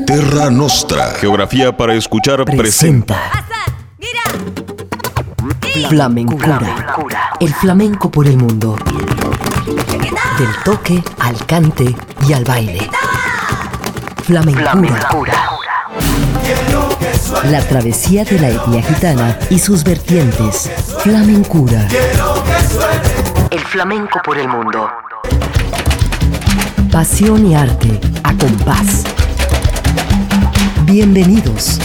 Terra Nostra. Geografía para escuchar presenta. Flamencura. El flamenco por el mundo. Del toque al cante y al baile. Flamencura. La travesía de la etnia gitana y sus vertientes. Flamencura. El flamenco por el mundo. Pasión y arte a compás. Bienvenidos.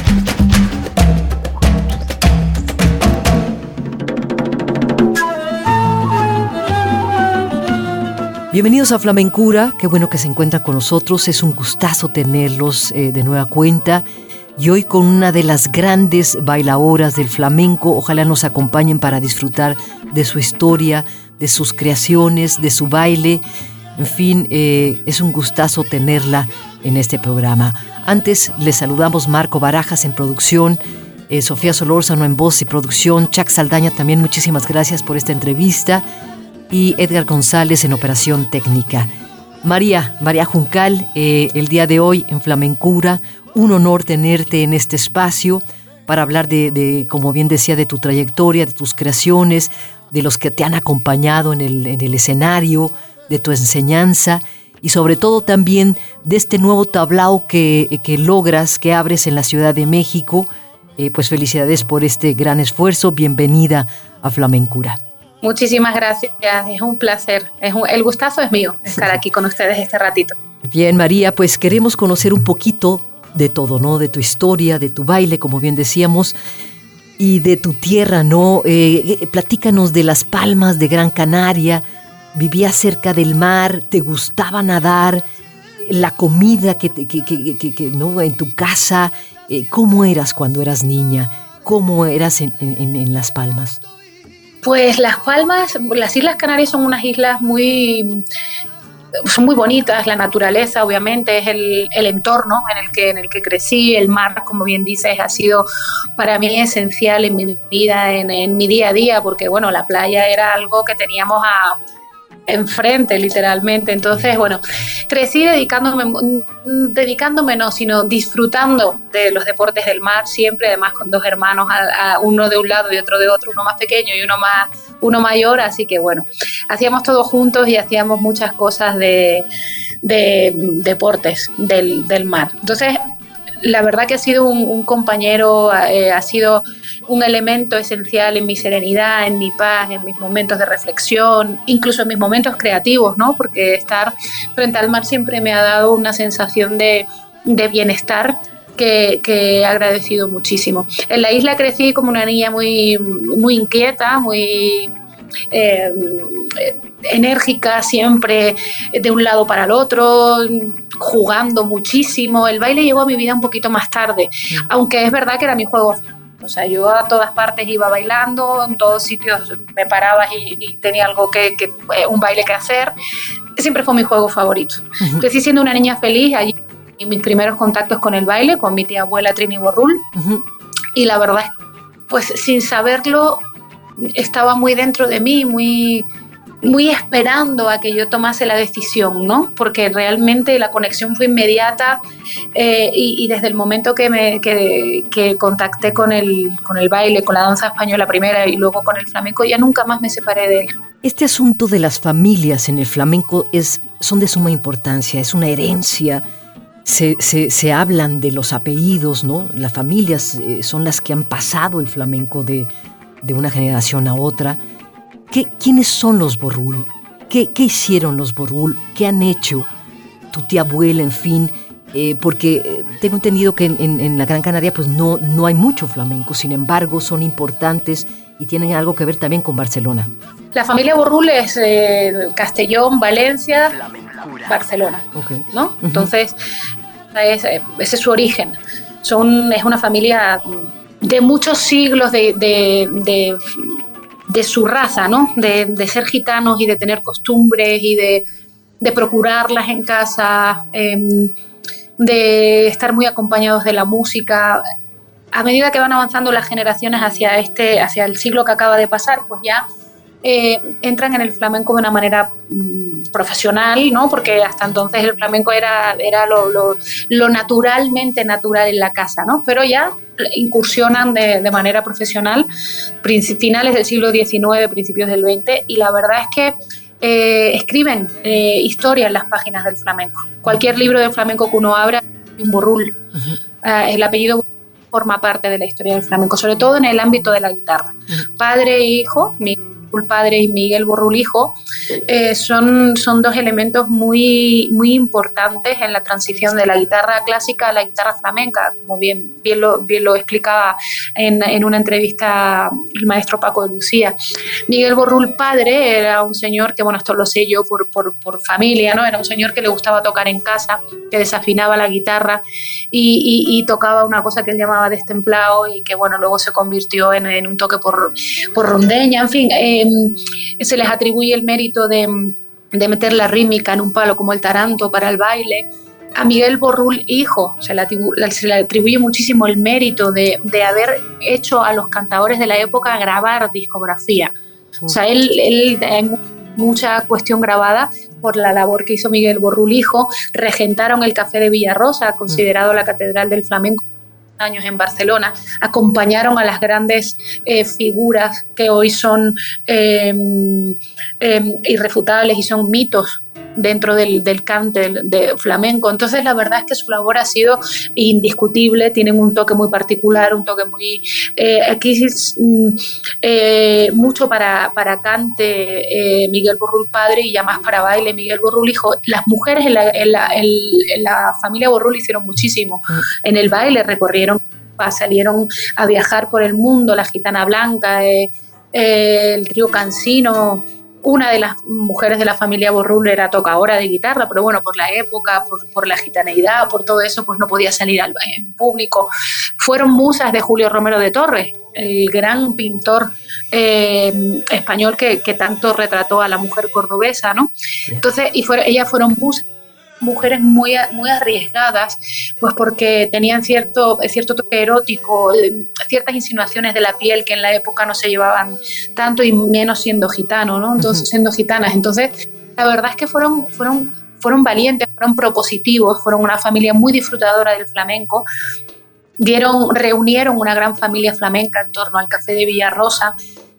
Bienvenidos a Flamencura, qué bueno que se encuentran con nosotros, es un gustazo tenerlos de nueva cuenta y hoy con una de las grandes bailadoras del flamenco, ojalá nos acompañen para disfrutar de su historia, de sus creaciones, de su baile, en fin, es un gustazo tenerla en este programa. Antes les saludamos Marco Barajas en producción, Sofía Solórzano en voz y producción, Chuck Saldaña también, muchísimas gracias por esta entrevista, y Edgar González en operación técnica. María Juncal, el día de hoy en Flamencura, un honor tenerte en este espacio para hablar de, como bien decía, de tu trayectoria, de tus creaciones, de los que te han acompañado en el escenario, de tu enseñanza y sobre todo también de este nuevo tablao que logras, que abres en la Ciudad de México. Pues felicidades por este gran esfuerzo, bienvenida a Flamencura. Muchísimas gracias, es un placer, el gustazo es mío estar aquí con ustedes este ratito. Bien, María, pues queremos conocer un poquito de todo, ¿no? De tu historia, de tu baile, como bien decíamos, y de tu tierra, ¿no? Platícanos de Las Palmas de Gran Canaria, vivías cerca del mar, te gustaba nadar, la comida que ¿no? En tu casa, ¿cómo eras cuando eras niña? ¿Cómo eras en Las Palmas? Pues Las Palmas, las Islas Canarias son unas islas son muy bonitas, la naturaleza obviamente es el entorno en el que crecí, el mar, como bien dices, ha sido para mí esencial en mi vida, en mi día a día, porque bueno, la playa era algo que teníamos enfrente literalmente, entonces bueno, crecí dedicándome no, sino disfrutando de los deportes del mar siempre, además con dos hermanos, uno de un lado y otro de otro, uno más pequeño y uno mayor, así que bueno, hacíamos todo juntos y hacíamos muchas cosas de deportes del mar, entonces la verdad que ha sido un compañero, ha sido un elemento esencial en mi serenidad, en mi paz, en mis momentos de reflexión, incluso en mis momentos creativos, ¿no? Porque estar frente al mar siempre me ha dado una sensación de bienestar que he agradecido muchísimo. En la isla crecí como una niña muy, muy inquieta, muy enérgica, siempre de un lado para el otro, jugando muchísimo. El baile llegó a mi vida un poquito más tarde, aunque es verdad que era mi juego. O sea, yo a todas partes iba bailando, en todos sitios me paraba y tenía algo un baile que hacer. Siempre fue mi juego favorito. Crecí siendo una niña feliz, allí en mis primeros contactos con el baile, con mi tía abuela Trini Borrul, y la verdad es que, pues sin saberlo, estaba muy dentro de mí, muy, muy esperando a que yo tomase la decisión, ¿no? Porque realmente la conexión fue inmediata y desde el momento que contacté con el baile, con la danza española primera y luego con el flamenco, ya nunca más me separé de él. Este asunto de las familias en el flamenco son de suma importancia, es una herencia. Se hablan de los apellidos, ¿no? Las familias son las que han pasado el flamenco de una generación a otra. ¿Quiénes son los Borrul? ¿Qué hicieron los Borrul? ¿Qué han hecho? Tu tía abuela, en fin, porque tengo entendido que en la Gran Canaria pues no hay mucho flamenco, sin embargo son importantes y tienen algo que ver también con Barcelona. La familia Borrul es Castellón, Valencia, Barcelona, okay, ¿no? Uh-huh. Entonces ese es su origen. Es una familia de muchos siglos de su raza, ¿no? De ser gitanos y de tener costumbres y de procurarlas en casa, de estar muy acompañados de la música. A medida que van avanzando las generaciones hacia el siglo que acaba de pasar, pues ya entran en el flamenco de una manera profesional, ¿no? Porque hasta entonces el flamenco era lo naturalmente natural en la casa, ¿no? Pero ya incursionan de manera profesional finales del siglo XIX, principios del XX, y la verdad es que escriben historia en las páginas del flamenco. Cualquier libro de flamenco que uno abra, un Borrul. El apellido forma parte de la historia del flamenco, sobre todo en el ámbito de la guitarra. Padre e hijo, Miguel Borrul padre y Miguel Borrul hijo, son dos elementos muy, muy importantes en la transición de la guitarra clásica a la guitarra flamenca, como bien lo explicaba en una entrevista el maestro Paco de Lucía. Miguel Borrul padre era un señor que, bueno, esto lo sé yo por familia, ¿no? Era un señor que le gustaba tocar en casa, que desafinaba la guitarra y tocaba una cosa que él llamaba destemplado y que, bueno, luego se convirtió en un toque por rondeña, en fin. Se les atribuye el mérito de meter la rítmica en un palo como el taranto para el baile. A Miguel Borrul hijo se le atribuye muchísimo el mérito de haber hecho a los cantadores de la época grabar discografía. O sea, él hay mucha cuestión grabada por la labor que hizo Miguel Borrul hijo. Regentaron el Café de Villarrosa, considerado la catedral del flamenco, años en Barcelona, acompañaron a las grandes figuras que hoy son irrefutables y son mitos dentro del cante de flamenco. Entonces la verdad es que su labor ha sido indiscutible, tienen un toque muy particular, un toque muy aquí mucho para cante Miguel Borrul padre y ya más para baile Miguel Borrul hijo. Las mujeres en la familia Borrul hicieron muchísimo en el baile, recorrieron, salieron a viajar por el mundo, la Gitana Blanca, el trío Cansino. Una de las mujeres de la familia Borrul era tocadora de guitarra, pero bueno, por la época, por la gitaneidad, por todo eso, pues no podía salir en público. Fueron musas de Julio Romero de Torres, el gran pintor español que tanto retrató a la mujer cordobesa, ¿no? Entonces, ellas fueron musas, mujeres muy, muy arriesgadas, pues porque tenían cierto toque erótico, ciertas insinuaciones de la piel que en la época no se llevaban tanto, y menos siendo gitano, ¿no? Entonces, siendo gitanas. Entonces, la verdad es que fueron valientes, fueron propositivos, fueron una familia muy disfrutadora del flamenco. Reunieron una gran familia flamenca en torno al Café de Villarrosa,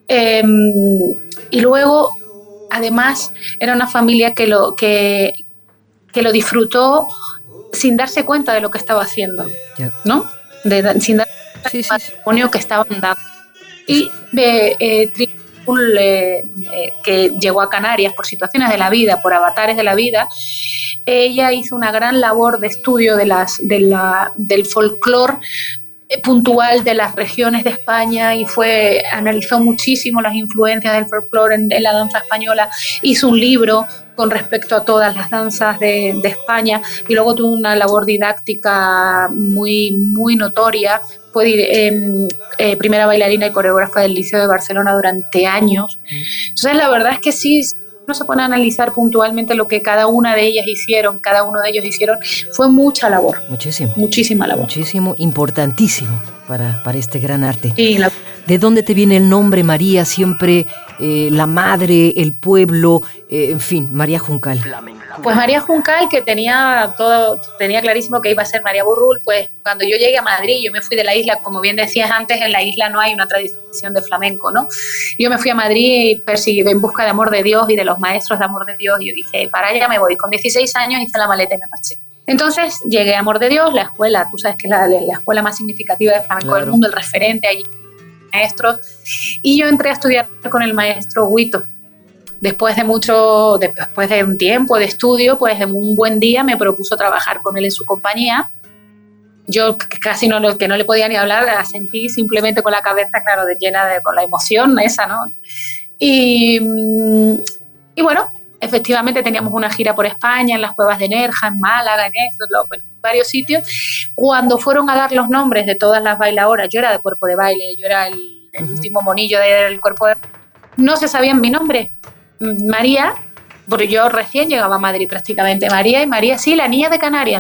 y luego, además, era una familia que lo disfrutó sin darse cuenta de lo que estaba haciendo, ¿no? Sin darse cuenta del patrimonio que estaban dando. Y que llegó a Canarias por situaciones de la vida, por avatares de la vida, ella hizo una gran labor de estudio del folclore puntual de las regiones de España y analizó muchísimo las influencias del folclore en la danza española, hizo un libro con respecto a todas las danzas de España y luego tuvo una labor didáctica muy, muy notoria. Fue primera bailarina y coreógrafa del Liceo de Barcelona durante años. Entonces la verdad es que sí, no se pone a analizar puntualmente lo que cada uno de ellos hicieron, fue mucha labor. Muchísima labor. Muchísimo, importantísimo para este gran arte. Sí, ¿De dónde te viene el nombre María? Siempre la madre, el pueblo, en fin, María Juncal. Pues María Juncal, que tenía clarísimo que iba a ser María Borrul, pues cuando yo llegué a Madrid, yo me fui de la isla, como bien decías antes, en la isla no hay una tradición de flamenco, ¿no? Yo me fui a Madrid en busca de amor de Dios y de los maestros de amor de Dios, y yo dije, para allá me voy. Con 16 años hice la maleta y me marché. Entonces llegué a Amor de Dios, la escuela, tú sabes que es la escuela más significativa de flamenco del mundo, el referente allí, maestros, y yo entré a estudiar con el maestro Huito. Después de un tiempo de estudio, pues en un buen día me propuso trabajar con él en su compañía. Yo casi no le podía ni hablar, la sentí simplemente con la cabeza, claro, con la emoción esa, ¿no? Y bueno, efectivamente teníamos una gira por España, en las cuevas de Nerja, en Málaga, en varios sitios. Cuando fueron a dar los nombres de todas las bailadoras, yo era de cuerpo de baile, yo era el último monillo del cuerpo de baile, no se sabían mi nombre. María, porque yo recién llegaba a Madrid prácticamente, María, sí, la niña de Canarias.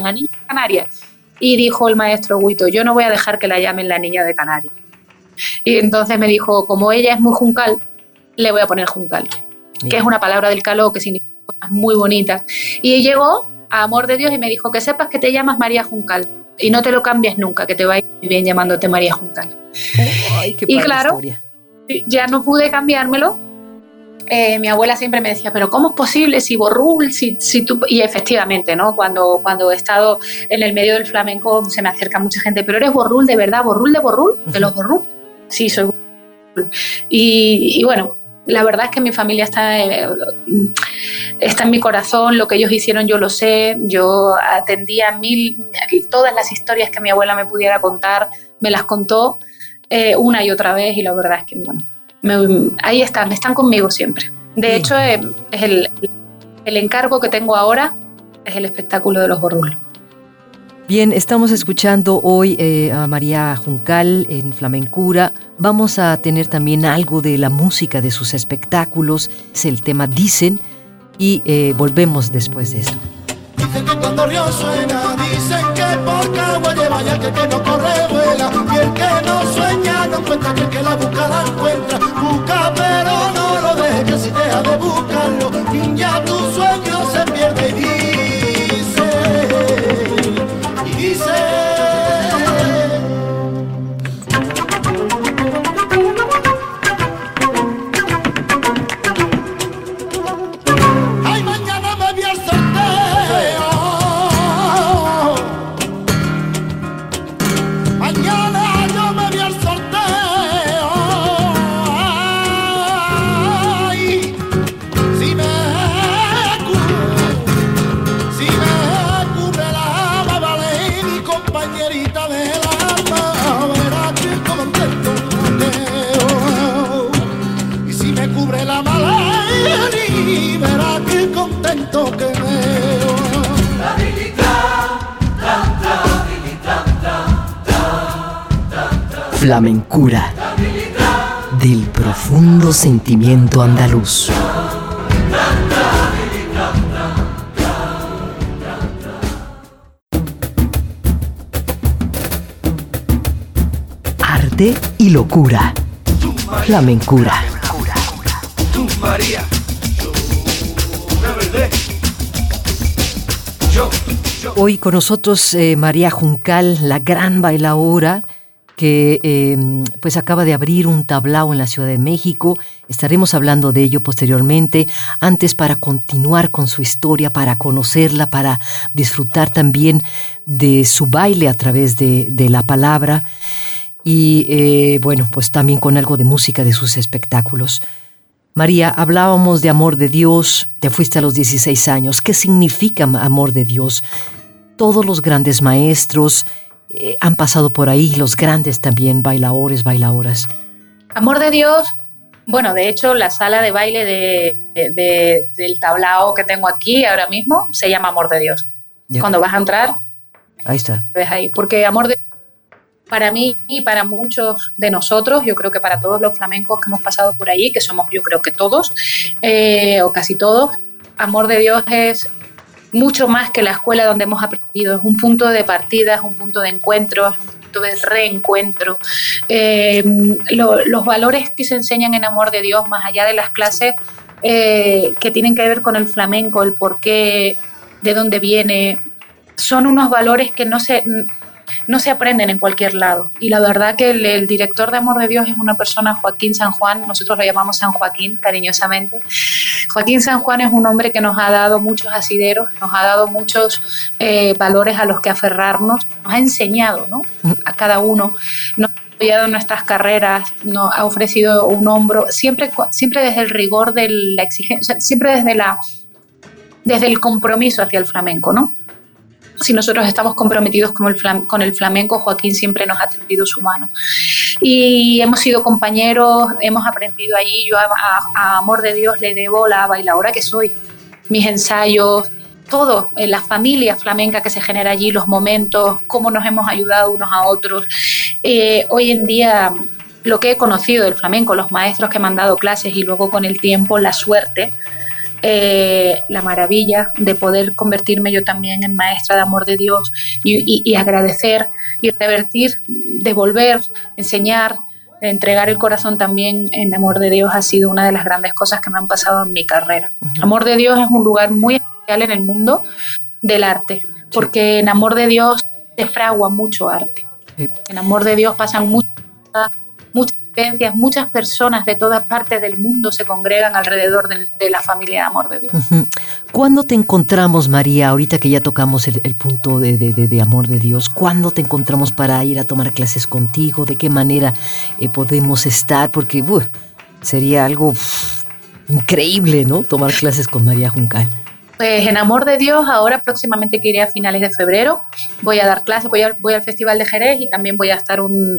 Y dijo el maestro Huito, yo no voy a dejar que la llamen la niña de Canarias. Y entonces me dijo, como ella es muy juncal, le voy a poner Juncal, Mira. que es una palabra del caló que significa cosas muy bonitas. Y llegó a Amor de Dios y me dijo que sepas que te llamas María Juncal y no te lo cambies nunca, que te va a ir bien llamándote María Juncal. Ay, qué Y padre claro, historia. ya no pude cambiármelo. Mi abuela siempre me decía, pero ¿cómo es posible si Borrul, si tú... Y efectivamente, ¿no? Cuando he estado en el medio del flamenco se me acerca mucha gente, pero ¿eres Borrul de verdad? ¿Borrul de Borrul? ¿De los Borrul? Sí, soy Borrul. Y bueno, la verdad es que mi familia está en mi corazón, lo que ellos hicieron yo lo sé, yo atendía todas las historias que mi abuela me pudiera contar, me las contó una y otra vez, y la verdad es que, bueno, ahí están conmigo siempre. De hecho, es el encargo que tengo ahora es el espectáculo de los Borrul. Bien, estamos escuchando hoy a María Juncal en Flamencura. Vamos a tener también algo de la música de sus espectáculos, es el tema Dicen, y volvemos después de esto. Dicen que cuando río suena, dicen que por Caguaye vaya que no corre vuela, y el que no sueña no encuentra, que el que la busca la encuentra. Busca pero no lo dejes, que si deja de buscarlo, ya tu sueño se pierde. Y dice ay, mañana me voy al sorteo, mañana yo me voy al sorteo. Ay, si me cubre la babale, mi compañerita del alma, verá que contento quedo. Y si me cubre la mala, verá que contento que veo. Flamencura, del profundo sentimiento andaluz. Arte y locura. Flamencura. Hoy con nosotros María Juncal, la gran bailaora que pues acaba de abrir un tablao en la Ciudad de México. Estaremos hablando de ello posteriormente. Antes, para continuar con su historia, para conocerla, para disfrutar también de su baile a través de la palabra y bueno, pues también con algo de música de sus espectáculos. María, hablábamos de Amor de Dios, te fuiste a los 16 años. ¿Qué significa Amor de Dios? Todos los grandes maestros han pasado por ahí, los grandes también, bailadores, bailadoras. Amor de Dios, bueno, de hecho la sala de baile del tablao que tengo aquí ahora mismo se llama Amor de Dios. Ya. Cuando vas a entrar, ahí está. Ves ahí, porque Amor de Dios, para mí y para muchos de nosotros, yo creo que para todos los flamencos que hemos pasado por allí, que somos yo creo que todos, o casi todos, Amor de Dios es mucho más que la escuela donde hemos aprendido. Es un punto de partida, es un punto de encuentro, es un punto de reencuentro. Los valores que se enseñan en Amor de Dios, más allá de las clases, que tienen que ver con el flamenco, el porqué, de dónde viene, son unos valores que no se aprenden en cualquier lado. Y la verdad que el director de Amor de Dios es una persona, Joaquín San Juan, nosotros lo llamamos San Joaquín cariñosamente. Joaquín San Juan es un hombre que nos ha dado muchos asideros, nos ha dado muchos valores a los que aferrarnos, nos ha enseñado, ¿no?, a cada uno, nos ha apoyado en nuestras carreras, nos ha ofrecido un hombro, siempre desde el rigor de la exigencia, siempre desde el compromiso hacia el flamenco, ¿no? Si nosotros estamos comprometidos con el flamenco, Joaquín siempre nos ha tendido su mano. Y hemos sido compañeros, hemos aprendido allí. Yo a Amor de Dios le debo la bailadora que soy, mis ensayos, todo, la familia flamenca que se genera allí, los momentos, cómo nos hemos ayudado unos a otros. Hoy en día, lo que he conocido del flamenco, los maestros que me han dado clases y luego con el tiempo la suerte, la maravilla de poder convertirme yo también en maestra de Amor de Dios y agradecer y revertir, devolver, enseñar, entregar el corazón también en Amor de Dios ha sido una de las grandes cosas que me han pasado en mi carrera. Amor de Dios es un lugar muy especial en el mundo del arte, porque en Amor de Dios se fragua mucho arte. En Amor de Dios pasan muchas vivencias, muchas personas de todas partes del mundo se congregan alrededor de la familia de Amor de Dios. ¿Cuándo te encontramos, María, ahorita que ya tocamos el punto de Amor de Dios? ¿Cuándo te encontramos para ir a tomar clases contigo? ¿De qué manera podemos estar? Porque sería algo increíble, ¿no? Tomar clases con María Juncal. Pues en Amor de Dios, ahora próximamente que iré a finales de febrero, voy a dar clases, voy al Festival de Jerez y también voy a estar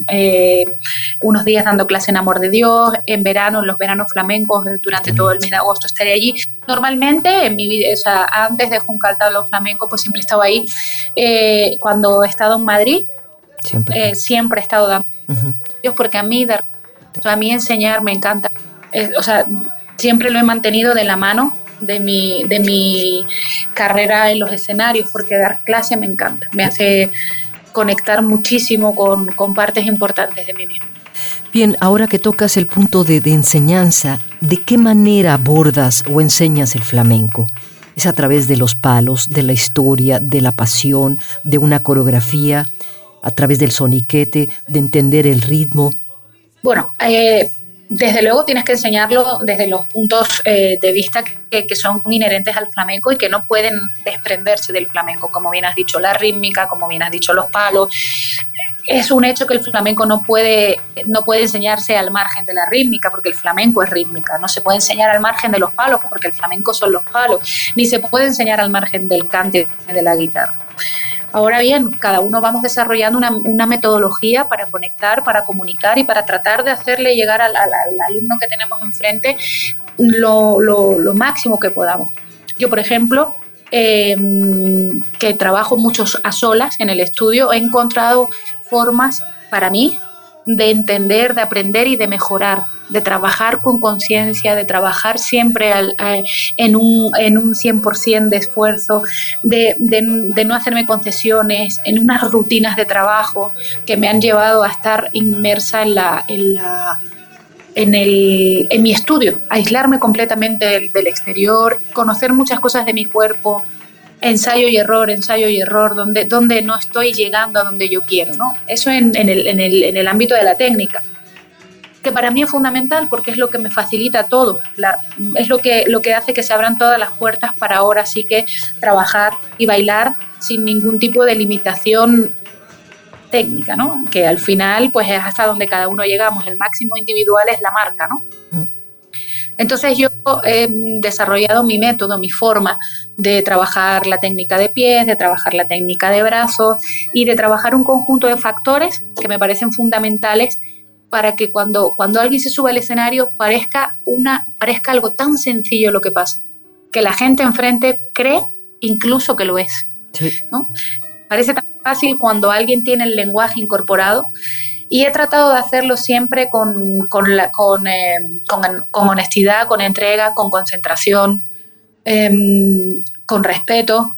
unos días dando clase en Amor de Dios. En verano, en los veranos flamencos, durante todo el mes de agosto estaré allí. Normalmente, en mi vida, o sea, antes de Juncal Tablao Flamenco, pues siempre he estado ahí. Cuando he estado en Madrid, siempre he estado dando Dios, porque a mí enseñar me encanta. Siempre lo he mantenido de la mano de mi carrera en los escenarios, porque dar clase me encanta, me hace conectar muchísimo con partes importantes de mí misma. Bien, ahora que tocas el punto de enseñanza, ¿de qué manera abordas o enseñas el flamenco? ¿Es a través de los palos, de la historia, de la pasión, de una coreografía, a través del soniquete, de entender el ritmo? Bueno, desde luego tienes que enseñarlo desde los puntos de vista que son inherentes al flamenco y que no pueden desprenderse del flamenco, como bien has dicho, la rítmica, como bien has dicho, los palos. Es un hecho que el flamenco no puede enseñarse al margen de la rítmica, porque el flamenco es rítmica. No se puede enseñar al margen de los palos, porque el flamenco son los palos. Ni se puede enseñar al margen del cante de la guitarra. Ahora bien, cada uno vamos desarrollando una metodología para conectar, para comunicar y para tratar de hacerle llegar al alumno que tenemos enfrente lo máximo que podamos. Yo, por ejemplo, que trabajo mucho a solas en el estudio, he encontrado formas para mí de entender, de aprender y de mejorar, de trabajar con conciencia, de trabajar siempre en un 100% de esfuerzo, de no hacerme concesiones, en unas rutinas de trabajo que me han llevado a estar inmersa en mi estudio, aislarme completamente del exterior, conocer muchas cosas de mi cuerpo, ensayo y error, donde no estoy llegando a donde yo quiero, ¿no? Eso en el ámbito de la técnica, que para mí es fundamental porque es lo que me facilita todo, es lo que hace que se abran todas las puertas para ahora sí que trabajar y bailar sin ningún tipo de limitación técnica, ¿no? Que al final pues es hasta donde cada uno llegamos, el máximo individual es la marca, ¿no? Entonces yo he desarrollado mi método, mi forma de trabajar la técnica de pies, de trabajar la técnica de brazos y de trabajar un conjunto de factores que me parecen fundamentales para que cuando alguien se sube al escenario parezca algo tan sencillo lo que pasa, que la gente enfrente cree incluso que lo es, ¿no? Parece tan fácil cuando alguien tiene el lenguaje incorporado. Y he tratado de hacerlo siempre con honestidad, con entrega, con concentración, con respeto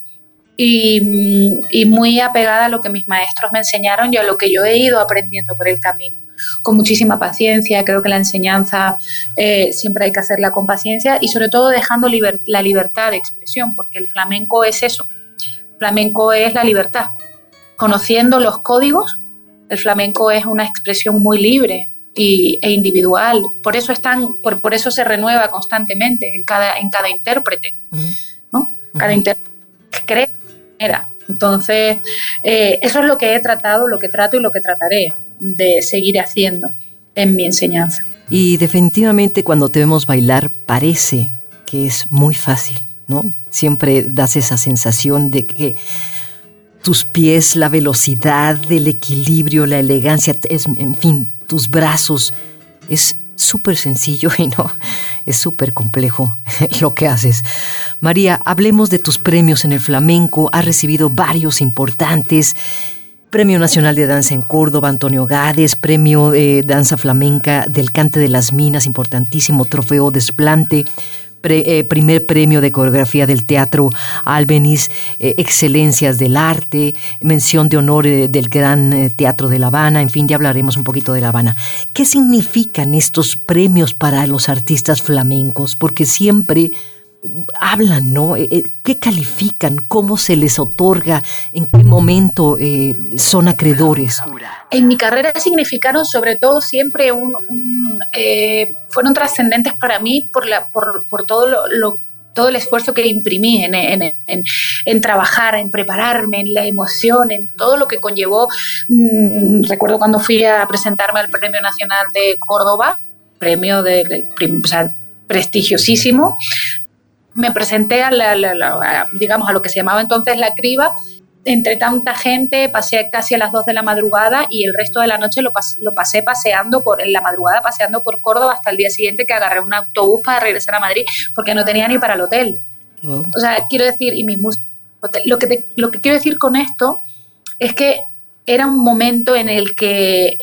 y muy apegada a lo que mis maestros me enseñaron y a lo que yo he ido aprendiendo por el camino. Con muchísima paciencia, creo que la enseñanza siempre hay que hacerla con paciencia y sobre todo dejando la libertad de expresión, porque el flamenco es eso, el flamenco es la libertad. Conociendo los códigos, el flamenco es una expresión muy libre e individual, por eso se renueva constantemente en cada intérprete, ¿no? Cada intérprete cree de manera. Entonces, eso es lo que he tratado, lo que trato y lo que trataré de seguir haciendo en mi enseñanza. Y definitivamente cuando te vemos bailar parece que es muy fácil, ¿no? Siempre das esa sensación de que tus pies, la velocidad, el equilibrio, la elegancia, en fin, tus brazos, es súper sencillo y no, es súper complejo lo que haces. María, hablemos de tus premios en el flamenco. Has recibido varios importantes. Premio Nacional de Danza en Córdoba, Antonio Gades, Premio de Danza Flamenca del Cante de las Minas, importantísimo, Trofeo Desplante, primer premio de coreografía del Teatro Albéniz, excelencias del arte, mención de honor del Gran Teatro de La Habana, en fin, ya hablaremos un poquito de La Habana. ¿Qué significan estos premios para los artistas flamencos? Porque siempre hablan, ¿no? ¿Qué califican? ¿Cómo se les otorga? ¿En qué momento son acreedores? En mi carrera significaron sobre todo siempre fueron trascendentes para mí por todo el esfuerzo que imprimí en trabajar, en prepararme, en la emoción, en todo lo que conllevó. Recuerdo cuando fui a presentarme al Premio Nacional de Córdoba, premio prestigiosísimo. Me presenté a lo que se llamaba entonces la criba, entre tanta gente, pasé casi a las 2 de la madrugada y el resto de la noche lo pasé paseando en la madrugada, paseando por Córdoba hasta el día siguiente, que agarré un autobús para regresar a Madrid porque no tenía ni para el hotel. Wow. O sea, quiero decir, y mis músicos, lo que quiero decir con esto es que era un momento en el que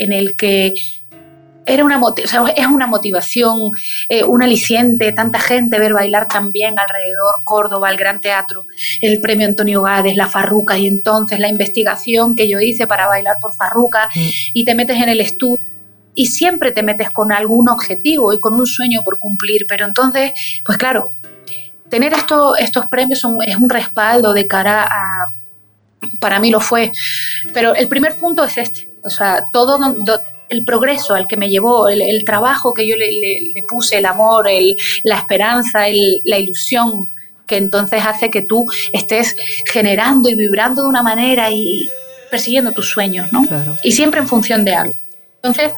es una motivación, un aliciente, tanta gente ver bailar tan bien alrededor, Córdoba, el Gran Teatro, el premio Antonio Gades, la Farruca, y entonces la investigación que yo hice para bailar por Farruca, y te metes en el estudio y siempre te metes con algún objetivo y con un sueño por cumplir, pero entonces, pues claro, tener estos premios es un respaldo de cara a... Para mí lo fue, pero el primer punto es o sea, el progreso al que me llevó, el trabajo que yo le puse, el amor, la esperanza, la ilusión, que entonces hace que tú estés generando y vibrando de una manera y persiguiendo tus sueños, ¿no? Claro. Y siempre en función de algo. Entonces,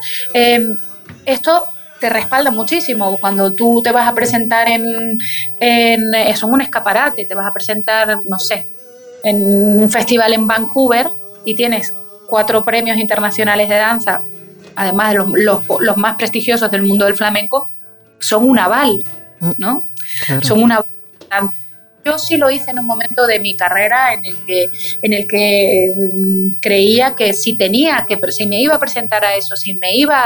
esto te respalda muchísimo cuando tú te vas a presentar en un escaparate, te vas a presentar, no sé, en un festival en Vancouver y tienes 4 premios internacionales de danza, además de los más prestigiosos del mundo del flamenco, son un aval, ¿no? Claro. Son un aval. Yo sí lo hice en un momento de mi carrera en el que creía que si me iba a presentar a eso, si me iba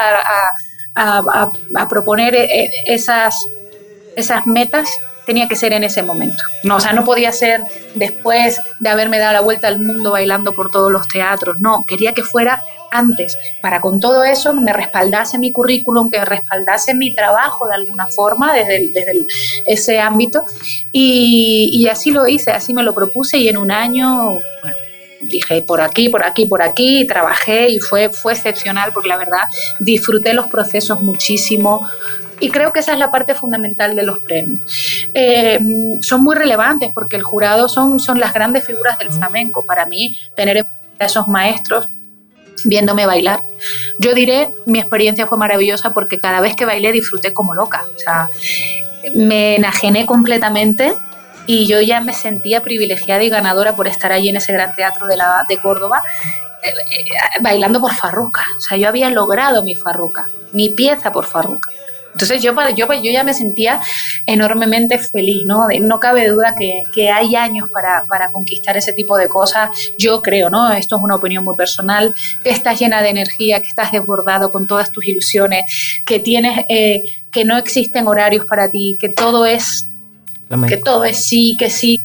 a proponer esas metas, tenía que ser en ese momento. No, o sea, no podía ser después de haberme dado la vuelta al mundo bailando por todos los teatros. No, quería que fuera antes, para con todo eso me respaldase mi currículum, que respaldase mi trabajo de alguna forma desde ese ámbito, y así lo hice, así me lo propuse, y en un año, bueno, dije por aquí, trabajé y fue excepcional, porque la verdad disfruté los procesos muchísimo. Y creo que esa es la parte fundamental de los premios. Son muy relevantes porque el jurado son las grandes figuras del flamenco. Para mí, tener a esos maestros viéndome bailar, yo diré, mi experiencia fue maravillosa porque cada vez que bailé disfruté como loca. O sea, me enajené completamente y yo ya me sentía privilegiada y ganadora por estar allí en ese Gran Teatro de Córdoba, bailando por Farruca. O sea, yo había logrado mi Farruca, mi pieza por Farruca. Entonces yo ya me sentía enormemente feliz, ¿no? No cabe duda que hay años para conquistar ese tipo de cosas. Yo creo, ¿no? Esto es una opinión muy personal, que estás llena de energía, que estás desbordado con todas tus ilusiones, que tienes, que no existen horarios para ti, que todo es sí, que sí.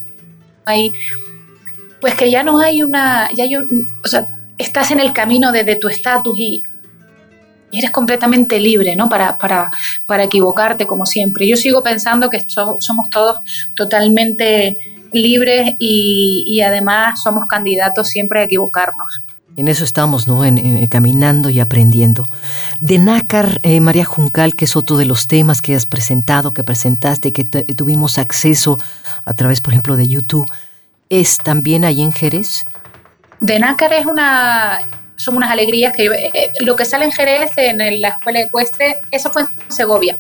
Pues que ya no hay o sea, estás en el camino de tu estatus y eres completamente libre, ¿no? Para equivocarte, como siempre. Yo sigo pensando que somos todos totalmente libres y además somos candidatos siempre a equivocarnos. En eso estamos, ¿no? En caminando y aprendiendo. De Nácar, María Juncal, que es otro de los temas que has presentado, que presentaste, que tuvimos acceso a través, por ejemplo, de YouTube, ¿es también ahí en Jerez? De Nácar son unas alegrías que lo que sale en Jerez, en la escuela ecuestre, eso fue en Segovia.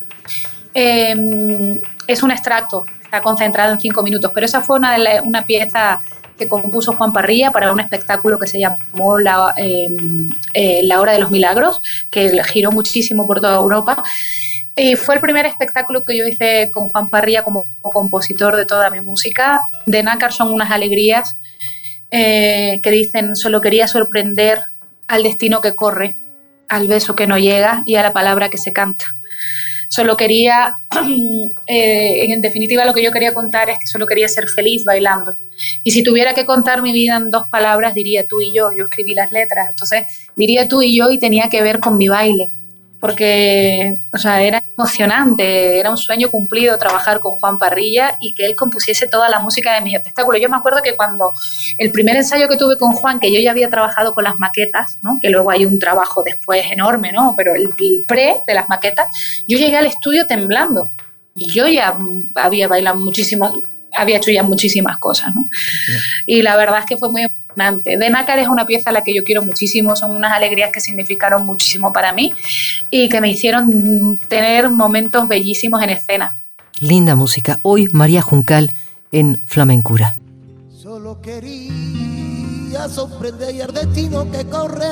Es un extracto, está concentrado en 5 minutos, pero esa fue una pieza que compuso Juan Parrilla para un espectáculo que se llamó La Hora de los Milagros, que giró muchísimo por toda Europa. Y fue el primer espectáculo que yo hice con Juan Parrilla como compositor de toda mi música. De Nácar son unas alegrías que dicen: solo quería sorprender al destino que corre, al beso que no llega y a la palabra que se canta. Solo quería, en definitiva lo que yo quería contar es que solo quería ser feliz bailando. Y si tuviera que contar mi vida en 2 palabras, diría tú y yo escribí las letras, entonces diría tú y yo y tenía que ver con mi baile. Porque, o sea, era emocionante, era un sueño cumplido trabajar con Juan Parrilla y que él compusiese toda la música de mis espectáculos. Yo me acuerdo que cuando el primer ensayo que tuve con Juan, que yo ya había trabajado con las maquetas, ¿no? Que luego hay un trabajo después enorme, ¿no? Pero el pre de las maquetas, yo llegué al estudio temblando y yo ya había bailado muchísimo, había hecho ya muchísimas cosas, ¿no? Y la verdad es que fue muy emocionante. De Nácar es una pieza a la que yo quiero muchísimo, son unas alegrías que significaron muchísimo para mí y que me hicieron tener momentos bellísimos en escena. Linda música. Hoy María Juncal en Flamencura. Solo quería sorprender y el destino que corre.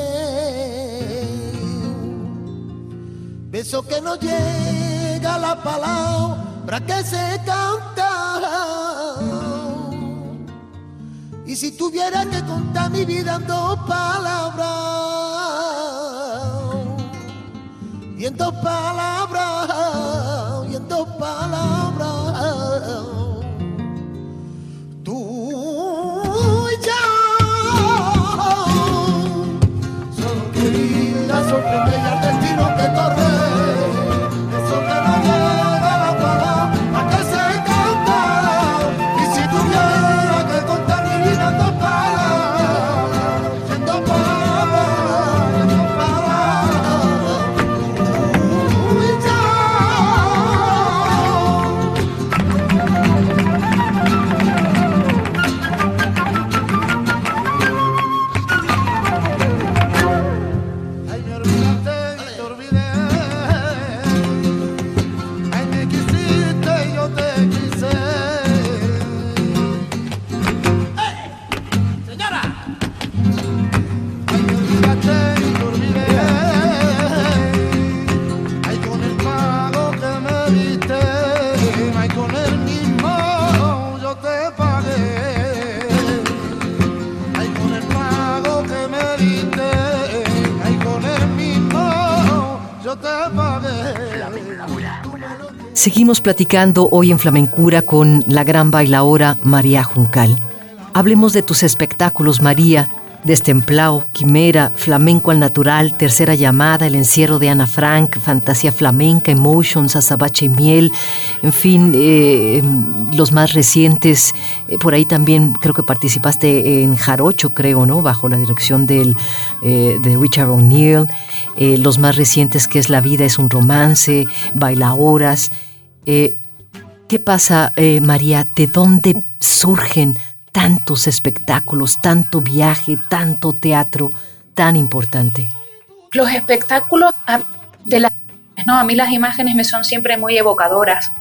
Beso que no llega a la palabra que se canta. Y si tuviera que contar mi vida en 2 palabras, y en 2 palabras, y en 2 palabras, tú y yo, solo quería sorprender al destino que corre, eso que no llega a la palabra que se canta, y si tuviera que contar mi vida en 2 palabras, en 2 palabras, en 2 palabras, tú y yo. Ay, me olvidaste y te olvidé. Ay, me quisiste y yo te quise. Señora. Ay, me olvidaste y te olvidé. Ay, con el pago que me diste. Ay, con el mismo yo te pagué. Ay, con el pago que me diste. Ay, con el mismo yo te pagué. Seguimos platicando hoy en Flamencura con la gran bailaora María Juncal. Hablemos de tus espectáculos, María. Destemplao, Quimera, Flamenco al Natural, Tercera Llamada, El Encierro de Ana Frank, Fantasía Flamenca, Emotions, Azabache y Miel, en fin, los más recientes. Por ahí también creo que participaste en Jarocho, creo, ¿no? Bajo la dirección de Richard O'Neill. Los más recientes, que es La Vida es un Romance, Bailaoras. ¿Qué pasa, María? ¿De dónde surgen tantos espectáculos, tanto viaje, tanto teatro tan importante? Los espectáculos ¿no? A mí las imágenes me son siempre muy evocadoras.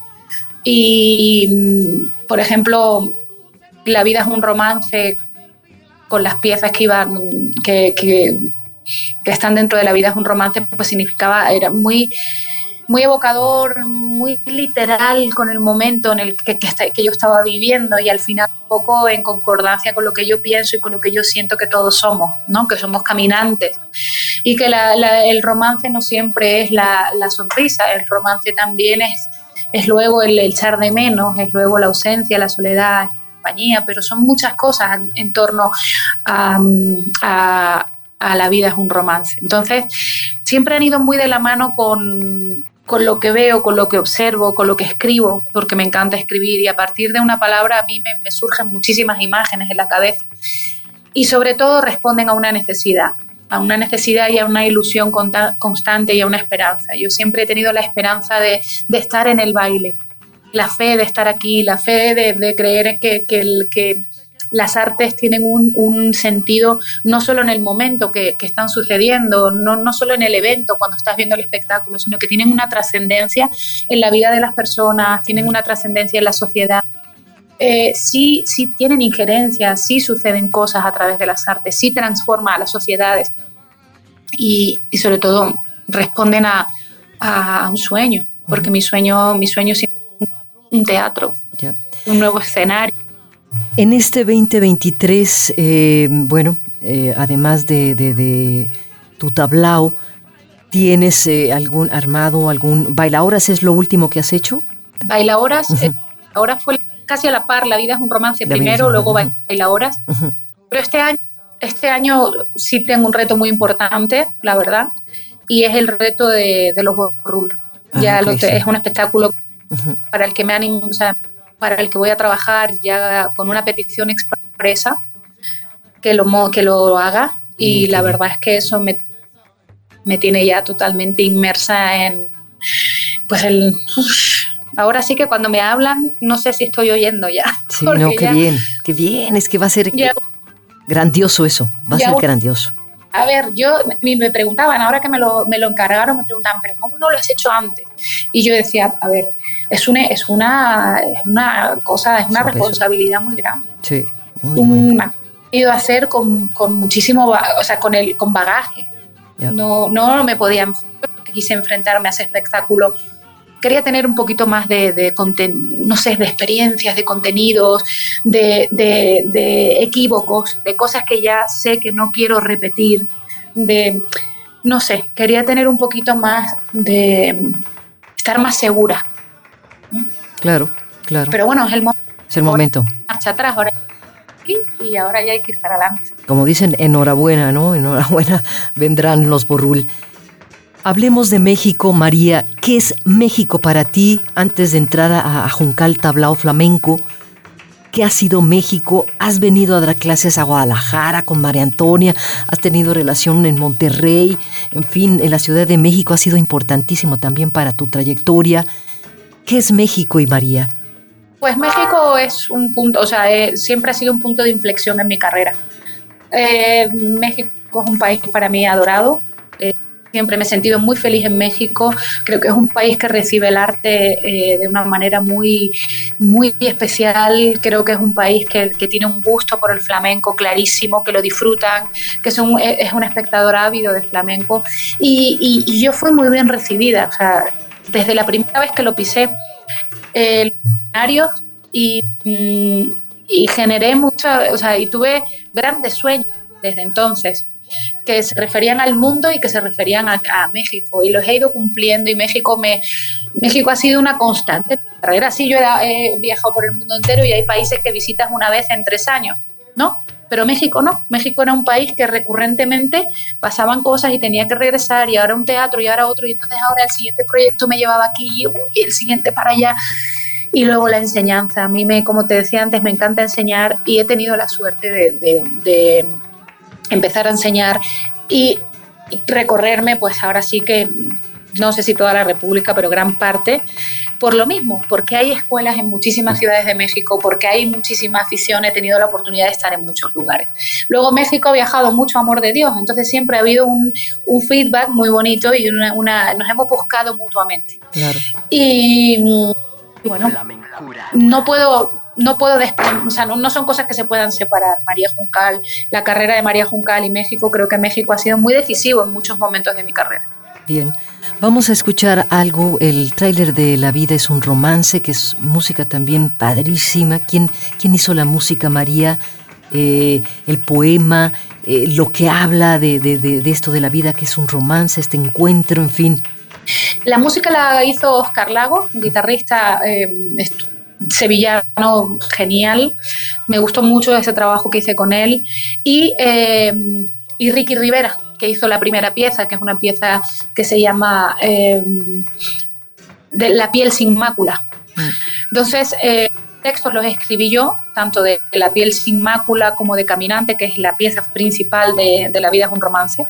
Y, por ejemplo, La Vida es un Romance, con las piezas que iban, que están dentro de La Vida es un Romance, pues significaba, era muy evocador, muy literal con el momento en el que yo estaba viviendo, y al final un poco en concordancia con lo que yo pienso y con lo que yo siento que todos somos, ¿no? Que somos caminantes, y que el romance no siempre es la sonrisa, el romance también es luego el echar de menos, es luego la ausencia, la soledad, la compañía, pero son muchas cosas en torno a La Vida es un Romance. Entonces siempre han ido muy de la mano con lo que veo, con lo que observo, con lo que escribo, porque me encanta escribir, y a partir de una palabra a mí me surgen muchísimas imágenes en la cabeza, y sobre todo responden a una necesidad y a una ilusión constante y a una esperanza. Yo siempre he tenido la esperanza de estar en el baile, la fe de estar aquí, la fe de creer que las artes tienen un sentido no solo en el momento que están sucediendo, no solo en el evento cuando estás viendo el espectáculo, sino que tienen una trascendencia en la vida de las personas, tienen una trascendencia en la sociedad. Sí tienen injerencia, sí suceden cosas a través de las artes, sí transforman a las sociedades y sobre todo responden a un sueño, porque mi sueño siempre es un teatro, un nuevo escenario. En este 2023, además de tu tablao, ¿Tienes algún armado, algún bailahoras es lo último que has hecho? Bailahoras, ahora fue casi a la par, La vida es un romance primero, luego bailahoras. Pero este año sí tengo un reto muy importante, la verdad, y es el reto de los Borrul. Es un espectáculo para el que me animo, o sea, para el que voy a trabajar ya con una petición expresa que lo haga, y la verdad es que eso me tiene ya totalmente inmersa en pues ahora sí que cuando me hablan no sé si estoy oyendo ya. Sí, no, qué bien, es que va a ser grandioso eso, va a ser grandioso. A ver, me preguntaban, ahora que me lo encargaron, me preguntaban, ¿pero cómo no lo has hecho antes? Y yo decía, a ver, es una responsabilidad muy grande. Sí, me ha ido a hacer con muchísimo, o sea, con bagaje. Yeah. No me podía, quise enfrentarme a ese espectáculo. Quería tener un poquito más de experiencias, de contenidos, de equívocos, de cosas que ya sé que no quiero repetir, quería tener un poquito más de estar más segura. Claro. Pero bueno, es el momento. Marcha atrás, ahora y ahora ya hay que ir para adelante. Como dicen, enhorabuena, ¿no? Enhorabuena, vendrán los Borrul. Hablemos de México, María. ¿Qué es México para ti antes de entrar a Juncal Tablao Flamenco? ¿Qué ha sido México? ¿Has venido a dar clases a Guadalajara con María Antonia? ¿Has tenido relación en Monterrey? En fin, en la Ciudad de México ha sido importantísimo también para tu trayectoria. ¿Qué es México y María? Pues México es un punto, siempre ha sido un punto de inflexión en mi carrera. México es un país para mí adorado. Siempre me he sentido muy feliz en México. Creo que es un país que recibe el arte de una manera muy, muy especial. Creo que es un país que tiene un gusto por el flamenco clarísimo, que lo disfrutan, que es un espectador ávido de flamenco. Y yo fui muy bien recibida. O sea, desde la primera vez que lo pisé los escenarios y generé y tuve grandes sueños desde entonces, que se referían al mundo y que se referían a México, y los he ido cumpliendo, y México ha sido una constante en mi carrera. Sí, yo he viajado por el mundo entero y hay países que visitas una vez en 3 años, ¿no? Pero México no. México era un país que recurrentemente pasaban cosas y tenía que regresar, y ahora un teatro y ahora otro, y entonces ahora el siguiente proyecto me llevaba aquí y el siguiente para allá. Y luego la enseñanza. A mí, como te decía antes, me encanta enseñar, y he tenido la suerte de empezar a enseñar y recorrerme, pues ahora sí que no sé si toda la República, pero gran parte, por lo mismo, porque hay escuelas en muchísimas ciudades de México, porque hay muchísima afición, he tenido la oportunidad de estar en muchos lugares. Luego México ha viajado mucho, amor de Dios, entonces siempre ha habido un feedback muy bonito y nos hemos buscado mutuamente. Claro. Y bueno, no son cosas que se puedan separar. María Juncal, la carrera de María Juncal y México, creo que México ha sido muy decisivo en muchos momentos de mi carrera. Bien, vamos a escuchar algo, el tráiler de La vida es un romance, que es música también padrísima. ¿Quién hizo la música, María? El poema, lo que habla de esto de la vida, que es un romance, este encuentro, en fin. La música la hizo Oscar Lago, un guitarrista sevillano genial. Me gustó mucho ese trabajo que hice con él. Y Ricky Rivera, que hizo la primera pieza, que es una pieza que se llama de La piel sin mácula. Entonces, textos los escribí yo, tanto de La piel sin mácula como de Caminante, que es la pieza principal de La vida es un romance.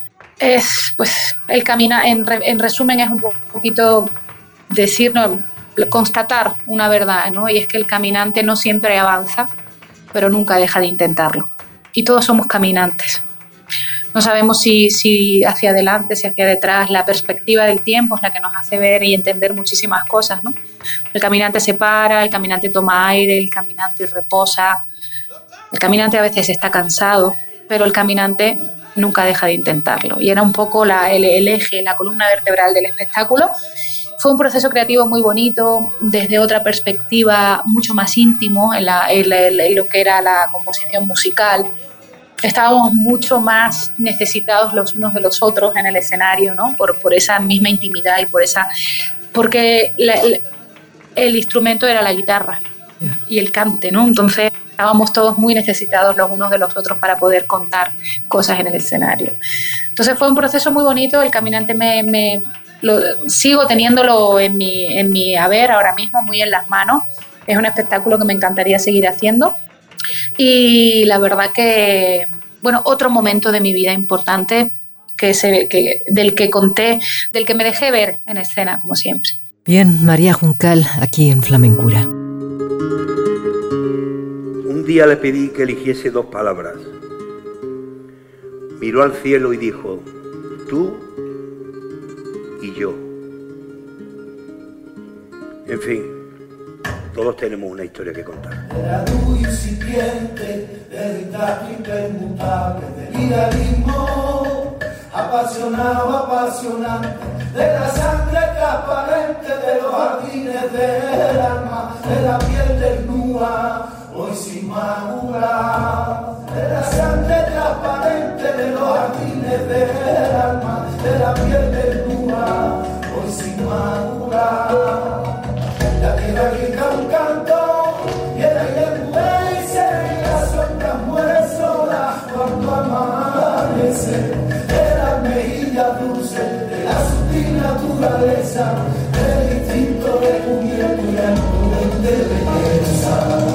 En resumen, es un poquito constatar una verdad, ¿no? Y es que el caminante no siempre avanza, pero nunca deja de intentarlo. Y todos somos caminantes. No sabemos si hacia adelante, si hacia detrás. La perspectiva del tiempo es la que nos hace ver y entender muchísimas cosas, ¿no? El caminante se para, el caminante toma aire, el caminante reposa. El caminante a veces está cansado, pero el caminante nunca deja de intentarlo. Y era un poco el eje, la columna vertebral del espectáculo. Fue un proceso creativo muy bonito, desde otra perspectiva mucho más íntimo en lo que era la composición musical. estábamos mucho más necesitados los unos de los otros en el escenario, ¿no? Por esa misma intimidad y porque el instrumento era la guitarra y el cante, ¿no? Entonces estábamos todos muy necesitados los unos de los otros para poder contar cosas en el escenario. Entonces fue un proceso muy bonito. El Caminante sigo teniéndolo en mi haber ahora mismo, muy en las manos. Es un espectáculo que me encantaría seguir haciendo. Y la verdad que, bueno, otro momento de mi vida importante del que conté, del que me dejé ver en escena, como siempre. Bien, María Juncal, aquí en Flamencura. Un día le pedí que eligiese 2 palabras. Miró al cielo y dijo: tú y yo. En fin, todos tenemos una historia que contar. De la luz incipiente, del ritaje impermutable, del idealismo apasionado, apasionante, de la sangre transparente, de los jardines del alma, de la piel desnuda, hoy sin madurar, de la sangre transparente, de los jardines del alma, de la piel desnuda, hoy sin madurar. La tierra grita un canto y el aire enmudece y la sombra muere sola cuando amanece. De las mejillas dulces, de la sutil naturaleza, del instinto descubierto y el poder de belleza.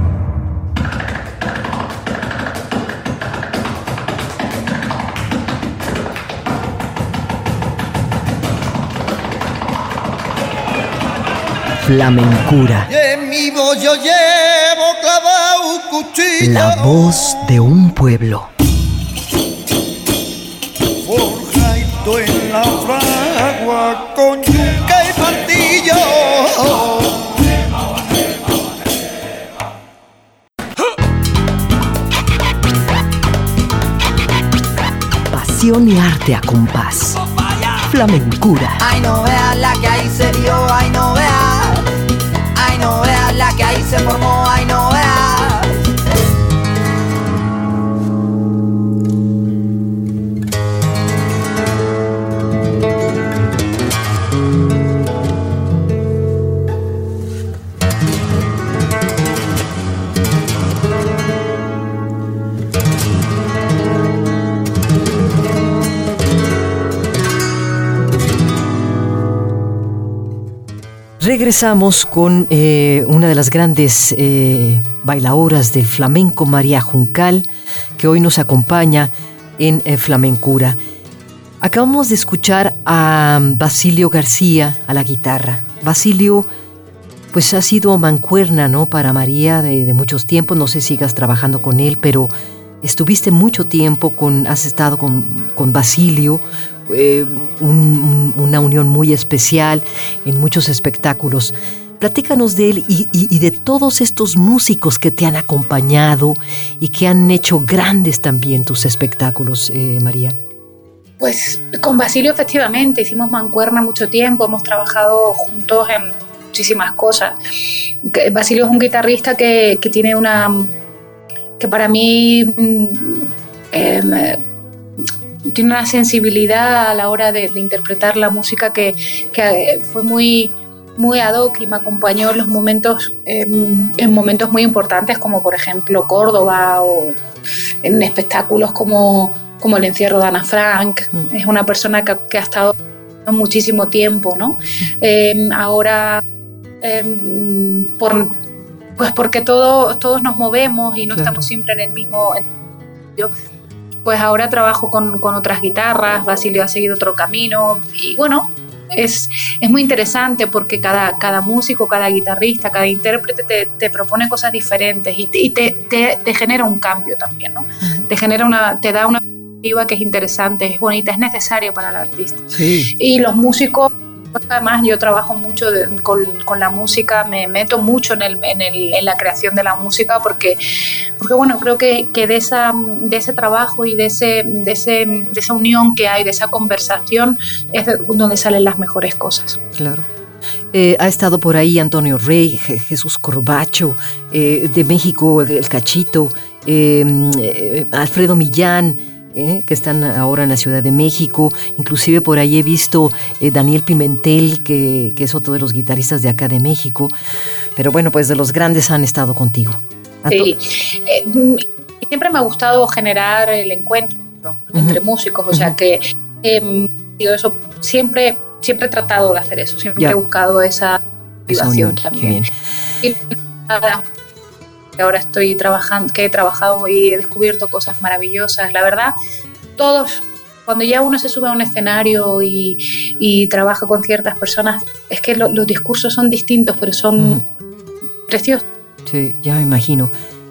Flamencura. Y en mi voz yo llevo clavado un cuchillo. La voz de un pueblo. Forjadito en la fragua con yuca y martillo. Pasión y arte a compás. Flamencura. Ay, no veas la que ahí se dio, ay, no veas. Ay, no veas la que ahí se formó, ay, no veas. Regresamos con una de las grandes bailadoras del flamenco, María Juncal, que hoy nos acompaña en Flamencura. Acabamos de escuchar a Basilio García a la guitarra. Basilio, pues ha sido mancuerna, ¿no?, para María de muchos tiempos. No sé si sigas trabajando con él, pero estuviste mucho tiempo has estado con Basilio. Una unión muy especial en muchos espectáculos. Platícanos de él y de todos estos músicos que te han acompañado y que han hecho grandes también tus espectáculos, María. Pues con Basilio efectivamente hicimos mancuerna mucho tiempo, hemos trabajado juntos en muchísimas cosas. Basilio es un guitarrista que tiene que para mí tiene una sensibilidad a la hora de interpretar la música que fue muy, muy ad hoc y me acompañó en los momentos, en momentos muy importantes, como por ejemplo Córdoba, o en espectáculos como el encierro de Ana Frank. Es una persona que ha estado muchísimo tiempo, ¿no? Ahora, porque todos nos movemos y no estamos siempre en el mismo. Pues ahora trabajo con otras guitarras. Basilio ha seguido otro camino y bueno, es muy interesante porque cada músico, cada guitarrista, cada intérprete te propone cosas diferentes y te genera un cambio también, ¿no? Te da una perspectiva que es interesante, es bonita, es necesaria para el artista. Sí. Y los músicos, además yo trabajo mucho con la música, me meto mucho en la creación de la música porque bueno, creo que de ese trabajo y de esa unión que hay, de esa conversación, es donde salen las mejores cosas. Claro. Ha estado por ahí Antonio Rey, Jesús Corbacho, de México, el Cachito, Alfredo Millán, que están ahora en la Ciudad de México. Inclusive por ahí he visto Daniel Pimentel, que es otro de los guitarristas de acá de México. Pero bueno, pues de los grandes han estado contigo. Sí. Siempre me ha gustado generar el encuentro entre músicos, o sea que eso siempre he tratado de hacer eso, siempre he buscado esa motivación también. Y ahora estoy trabajando, que he trabajado y he descubierto cosas maravillosas. La verdad, todos, cuando ya uno se sube a un escenario y trabaja con ciertas personas, es que los discursos son distintos, pero son preciosos. Sí, ya me imagino.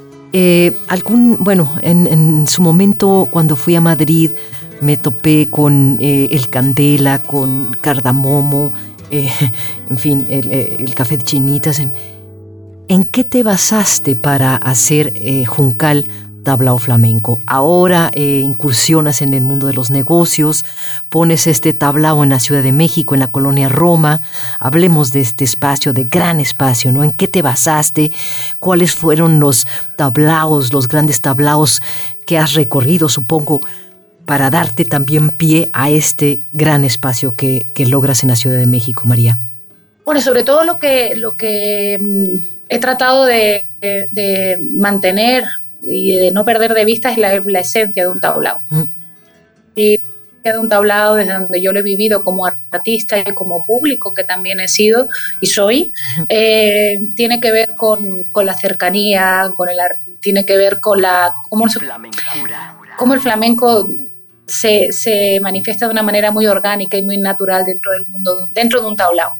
En su momento, cuando fui a Madrid, me topé con el Candela, con Cardamomo, en fin, el Café de Chinitas. ¿En qué te basaste para hacer Juncal Tablao Flamenco? Ahora incursionas en el mundo de los negocios, pones este tablao en la Ciudad de México, en la colonia Roma. Hablemos de este espacio, de gran espacio, ¿no? ¿En qué te basaste? ¿Cuáles fueron los tablaos, los grandes tablaos que has recorrido, supongo, para darte también pie a este gran espacio que logras en la Ciudad de México, María? Bueno, sobre todo lo que he tratado de mantener y de no perder de vista es la esencia de un tablao. Y de un tablao desde donde yo lo he vivido como artista y como público, que también he sido y soy, tiene que ver con la cercanía, tiene que ver con cómo el flamenco se manifiesta de una manera muy orgánica y muy natural dentro del mundo, dentro de un tablao.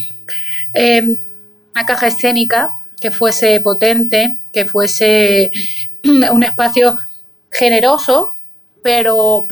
Una caja escénica que fuese potente, que fuese un espacio generoso, pero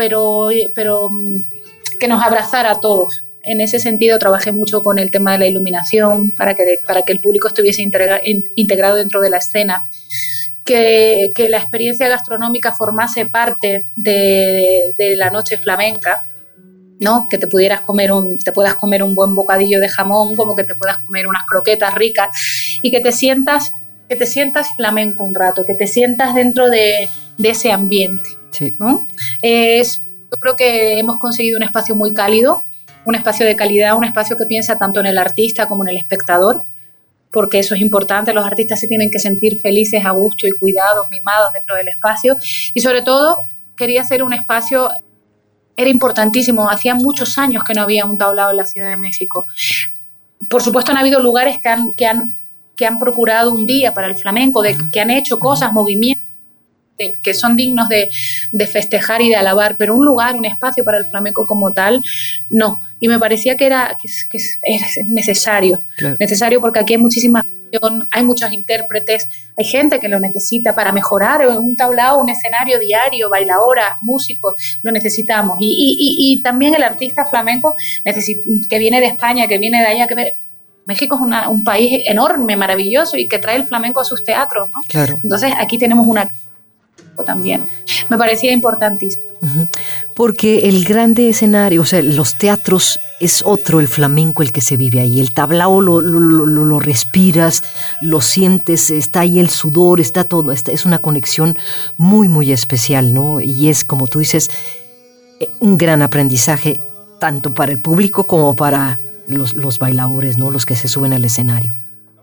que nos abrazara a todos. En ese sentido trabajé mucho con el tema de la iluminación para que el público estuviese integrado dentro de la escena, que la experiencia gastronómica formase parte de la noche flamenca, ¿no? Que te puedas comer un buen bocadillo de jamón, como que te puedas comer unas croquetas ricas y que te sientas flamenco un rato, que te sientas dentro de ese ambiente, sí. ¿no? Yo creo que hemos conseguido un espacio muy cálido, un espacio de calidad, un espacio que piensa tanto en el artista como en el espectador, porque eso es importante. Los artistas se tienen que sentir felices, a gusto y cuidados, mimados dentro del espacio. Y sobre todo quería hacer un espacio. Era importantísimo, hacía muchos años que no había un tablao en la Ciudad de México. Por supuesto han habido lugares que han procurado un día para el flamenco, que han hecho cosas, movimientos que son dignos de festejar y de alabar, pero un lugar, un espacio para el flamenco como tal, no. Y me parecía que es necesario, claro. Necesario porque aquí hay muchísima acción, hay muchos intérpretes, hay gente que lo necesita para mejorar un tablao, un escenario diario, bailadoras, músicos, lo necesitamos. Y también el artista flamenco que viene de España, que viene de allá, México es un país enorme, maravilloso y que trae el flamenco a sus teatros, ¿no? Claro. Entonces aquí tenemos una también. Me parecía importantísimo. Porque el grande escenario, o sea, los teatros es otro, el flamenco el que se vive ahí. El tablao lo respiras, lo sientes, está ahí el sudor, está todo, es una conexión muy, muy especial, ¿no? Y es, como tú dices, un gran aprendizaje tanto para el público como para los bailadores, ¿no? Los que se suben al escenario.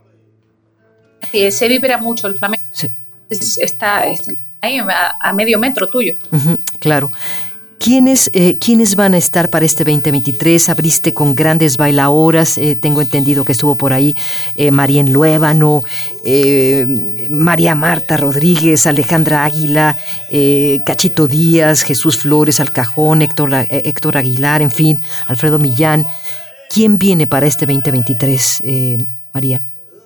Sí, se vibra mucho el flamenco. Sí. Está ahí a medio metro tuyo. Claro. ¿Quiénes van a estar para este 2023? Abriste con grandes bailadoras, tengo entendido que estuvo por ahí Marien Luébano, María Marta Rodríguez, Alejandra Águila, Cachito Díaz, Jesús Flores Alcajón, Héctor Aguilar, en fin, Alfredo Millán. ¿Quién viene para este 2023, María?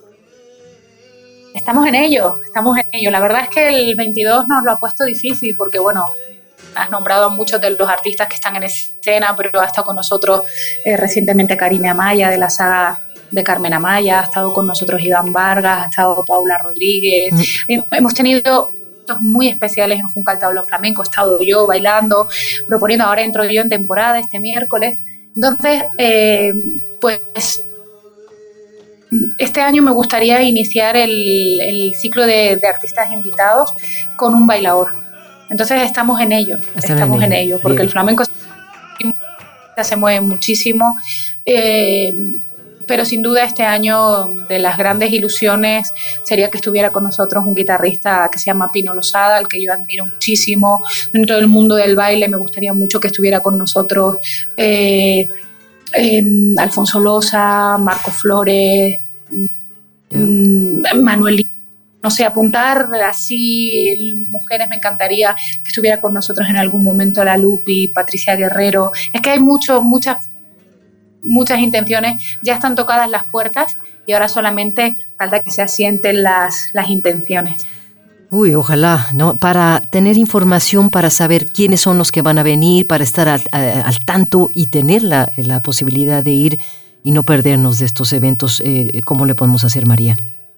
Estamos en ello. La verdad es que el 22 nos lo ha puesto difícil porque, bueno, has nombrado a muchos de los artistas que están en escena, pero ha estado con nosotros recientemente Karime Amaya, de la saga de Carmen Amaya, ha estado con nosotros Iván Vargas, ha estado Paula Rodríguez. Hemos tenido muy especiales en Juncal Tablao Flamenco, he estado yo bailando, proponiendo, ahora entro yo en temporada este miércoles. Entonces, pues este año me gustaría iniciar el ciclo de artistas invitados con un bailaor. Entonces estamos en ello, porque el flamenco se mueve muchísimo, pero sin duda este año de las grandes ilusiones sería que estuviera con nosotros un guitarrista que se llama Pino Losada, al que yo admiro muchísimo. Dentro del mundo del baile me gustaría mucho que estuviera con nosotros Alfonso Loza, Marco Flores, Manuel, no sé, apuntar así mujeres. Me encantaría que estuviera con nosotros en algún momento la Lupi, Patricia Guerrero. Es que hay muchas intenciones, ya están tocadas las puertas y ahora solamente falta que se asienten las intenciones. Uy, ojalá, ¿no? Para tener información, para saber quiénes son los que van a venir, para estar al tanto y tener la posibilidad de ir y no perdernos de estos eventos, ¿cómo le podemos hacer, María?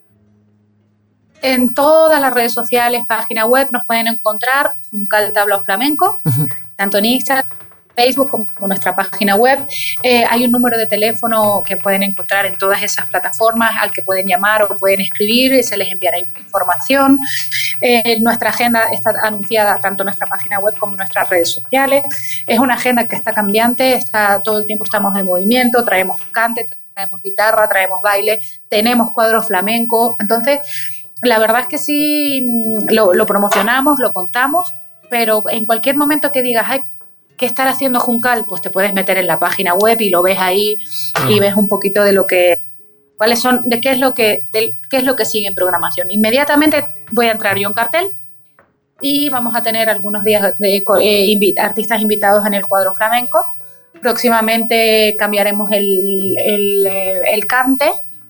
En todas las redes sociales, página web, nos pueden encontrar Juncal Tablao Flamenco, tanto en Instagram, Facebook como nuestra página web. Hay un número de teléfono que pueden encontrar en todas esas plataformas al que pueden llamar o pueden escribir, se les enviará información. Nuestra agenda está anunciada tanto en nuestra página web como en nuestras redes sociales. Es una agenda que está cambiante, todo el tiempo estamos en movimiento, traemos cante, traemos guitarra, traemos baile, tenemos cuadro flamenco. Entonces, la verdad es que sí, lo promocionamos, lo contamos, pero en cualquier momento que digas, ay, ¿qué estar haciendo Juncal? Pues te puedes meter en la página web y lo ves ahí y ves un poquito de lo que, cuáles son, de qué es lo que sigue en programación. Inmediatamente voy a entrar yo en cartel y vamos a tener algunos días de artistas invitados en el cuadro flamenco. Próximamente cambiaremos el cante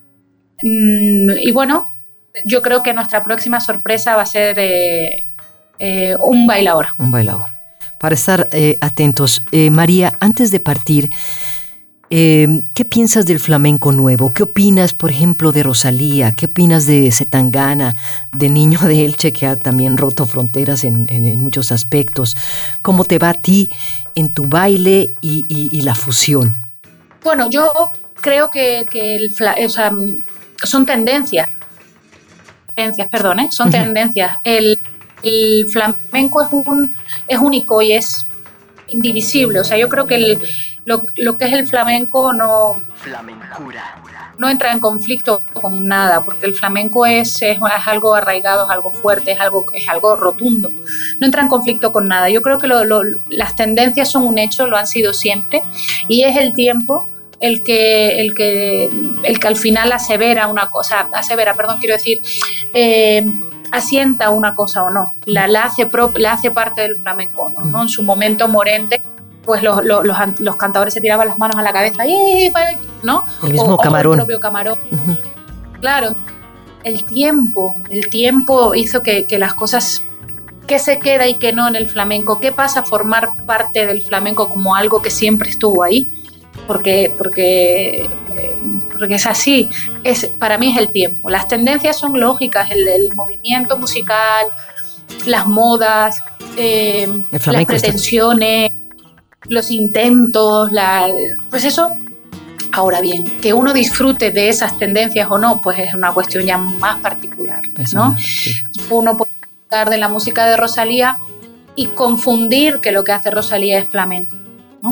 y bueno, yo creo que nuestra próxima sorpresa va a ser un bailaor. Un bailaor. Para estar atentos. María, antes de partir, ¿qué piensas del flamenco nuevo? ¿Qué opinas, por ejemplo, de Rosalía? ¿Qué opinas de Zetangana, de Niño de Elche, que ha también roto fronteras en muchos aspectos? ¿Cómo te va a ti en tu baile y la fusión? Bueno, yo creo que son tendencias. Son tendencias. El flamenco es único y es indivisible. O sea, yo creo que lo que es el flamenco no entra en conflicto con nada, porque el flamenco es algo arraigado, es algo fuerte, es algo rotundo. No entra en conflicto con nada. Yo creo que las tendencias son un hecho, lo han sido siempre, y es el tiempo el que al final asevera una cosa, asienta una cosa o no, la hace parte del flamenco, ¿no? En su momento Morente, pues los cantadores se tiraban las manos a la cabeza, ¿no? El mismo Camarón. El propio Camarón. Claro, el tiempo hizo que las cosas, qué se queda y qué no en el flamenco, qué pasa a formar parte del flamenco como algo que siempre estuvo ahí, porque es así. Para mí es el tiempo. Las tendencias son lógicas, el movimiento musical, las modas, las pretensiones, los intentos, pues eso. Ahora bien, que uno disfrute de esas tendencias o no, pues es una cuestión ya más particular, ¿no? Sí. Uno puede hablar de la música de Rosalía y confundir que lo que hace Rosalía es flamenco, ¿no?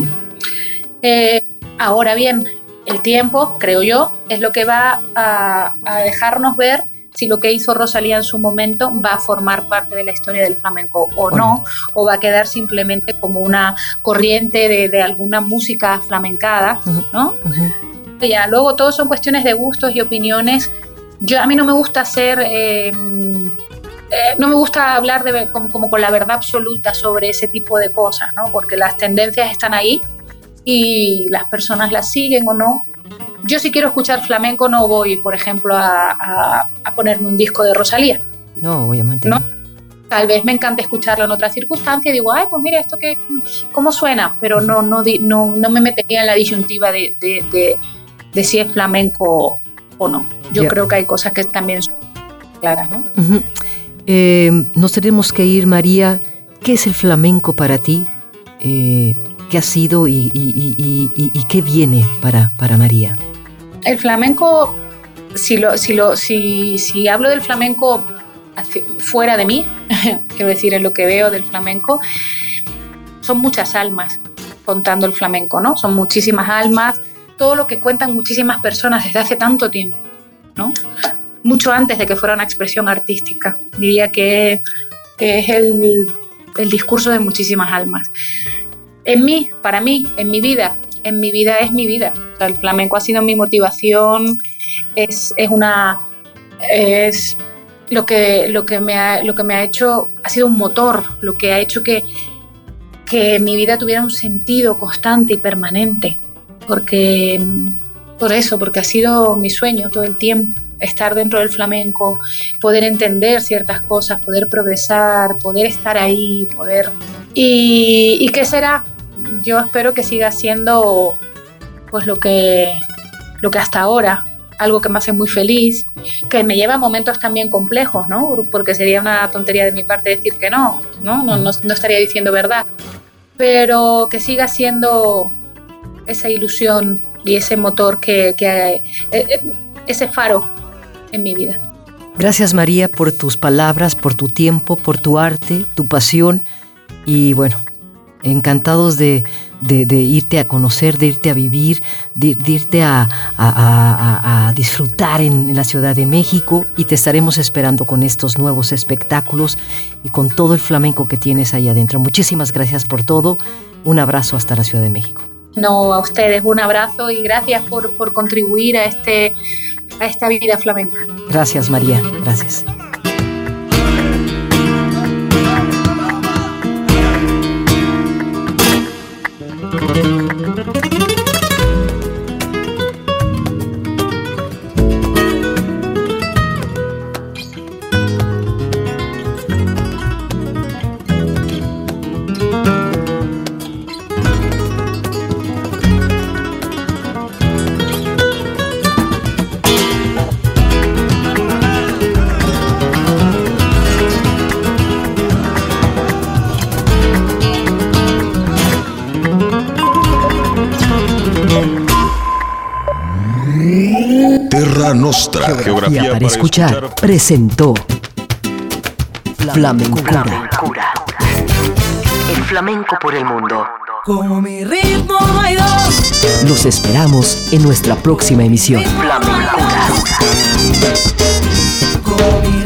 Ahora bien, el tiempo, creo yo, es lo que va a dejarnos ver si lo que hizo Rosalía en su momento va a formar parte de la historia del flamenco o no, o va a quedar simplemente como una corriente de alguna música flamencada, ¿no? Ya, luego todo son cuestiones de gustos y opiniones. A mí no me gusta no me gusta hablar como con la verdad absoluta sobre ese tipo de cosas, ¿no? Porque las tendencias están ahí y las personas las siguen o no. Yo si quiero escuchar flamenco no voy, por ejemplo, a ponerme un disco de Rosalía. No, obviamente no. Tal vez me encanta escucharlo en otra circunstancia y digo, ay, pues mira, esto cómo suena, pero no me metería en la disyuntiva de si es flamenco o no. Yo creo que hay cosas que también son claras, ¿no? Nos tenemos que ir, María. ¿Qué es el flamenco para ti? ¿Qué ha sido y qué viene para María? El flamenco si hablo del flamenco fuera de mí, quiero decir, en lo que veo del flamenco, son muchas almas contando el flamenco, ¿no? Son muchísimas almas, todo lo que cuentan muchísimas personas desde hace tanto tiempo, ¿no? Mucho antes de que fuera una expresión artística. Diría que es el discurso de muchísimas almas. Para mí, en mi vida es mi vida. O sea, el flamenco ha sido mi motivación, es lo que me ha hecho, ha sido un motor, lo que ha hecho que mi vida tuviera un sentido constante y permanente, porque ha sido mi sueño todo el tiempo, estar dentro del flamenco, poder entender ciertas cosas, poder progresar, poder estar ahí, ¿Y qué será? Yo espero que siga siendo pues lo que hasta ahora, algo que me hace muy feliz, que me lleva a momentos también complejos, ¿no? Porque sería una tontería de mi parte decir que no estaría diciendo verdad, pero que siga siendo esa ilusión y ese motor ese faro en mi vida. Gracias, María, por tus palabras, por tu tiempo, por tu arte, tu pasión, y bueno, encantados de irte a conocer, de irte a vivir, de irte a disfrutar en la Ciudad de México, y te estaremos esperando con estos nuevos espectáculos y con todo el flamenco que tienes ahí adentro. Muchísimas gracias por todo. Un abrazo hasta la Ciudad de México. No, a ustedes un abrazo y gracias por contribuir a esta vida flamenca. Gracias, María. Gracias. Terra Nostra. Geografía para escuchar presentó Flamencura. El flamenco por el mundo. Como mi ritmo hay dos. Los esperamos en nuestra próxima emisión. Flamencura. Como mi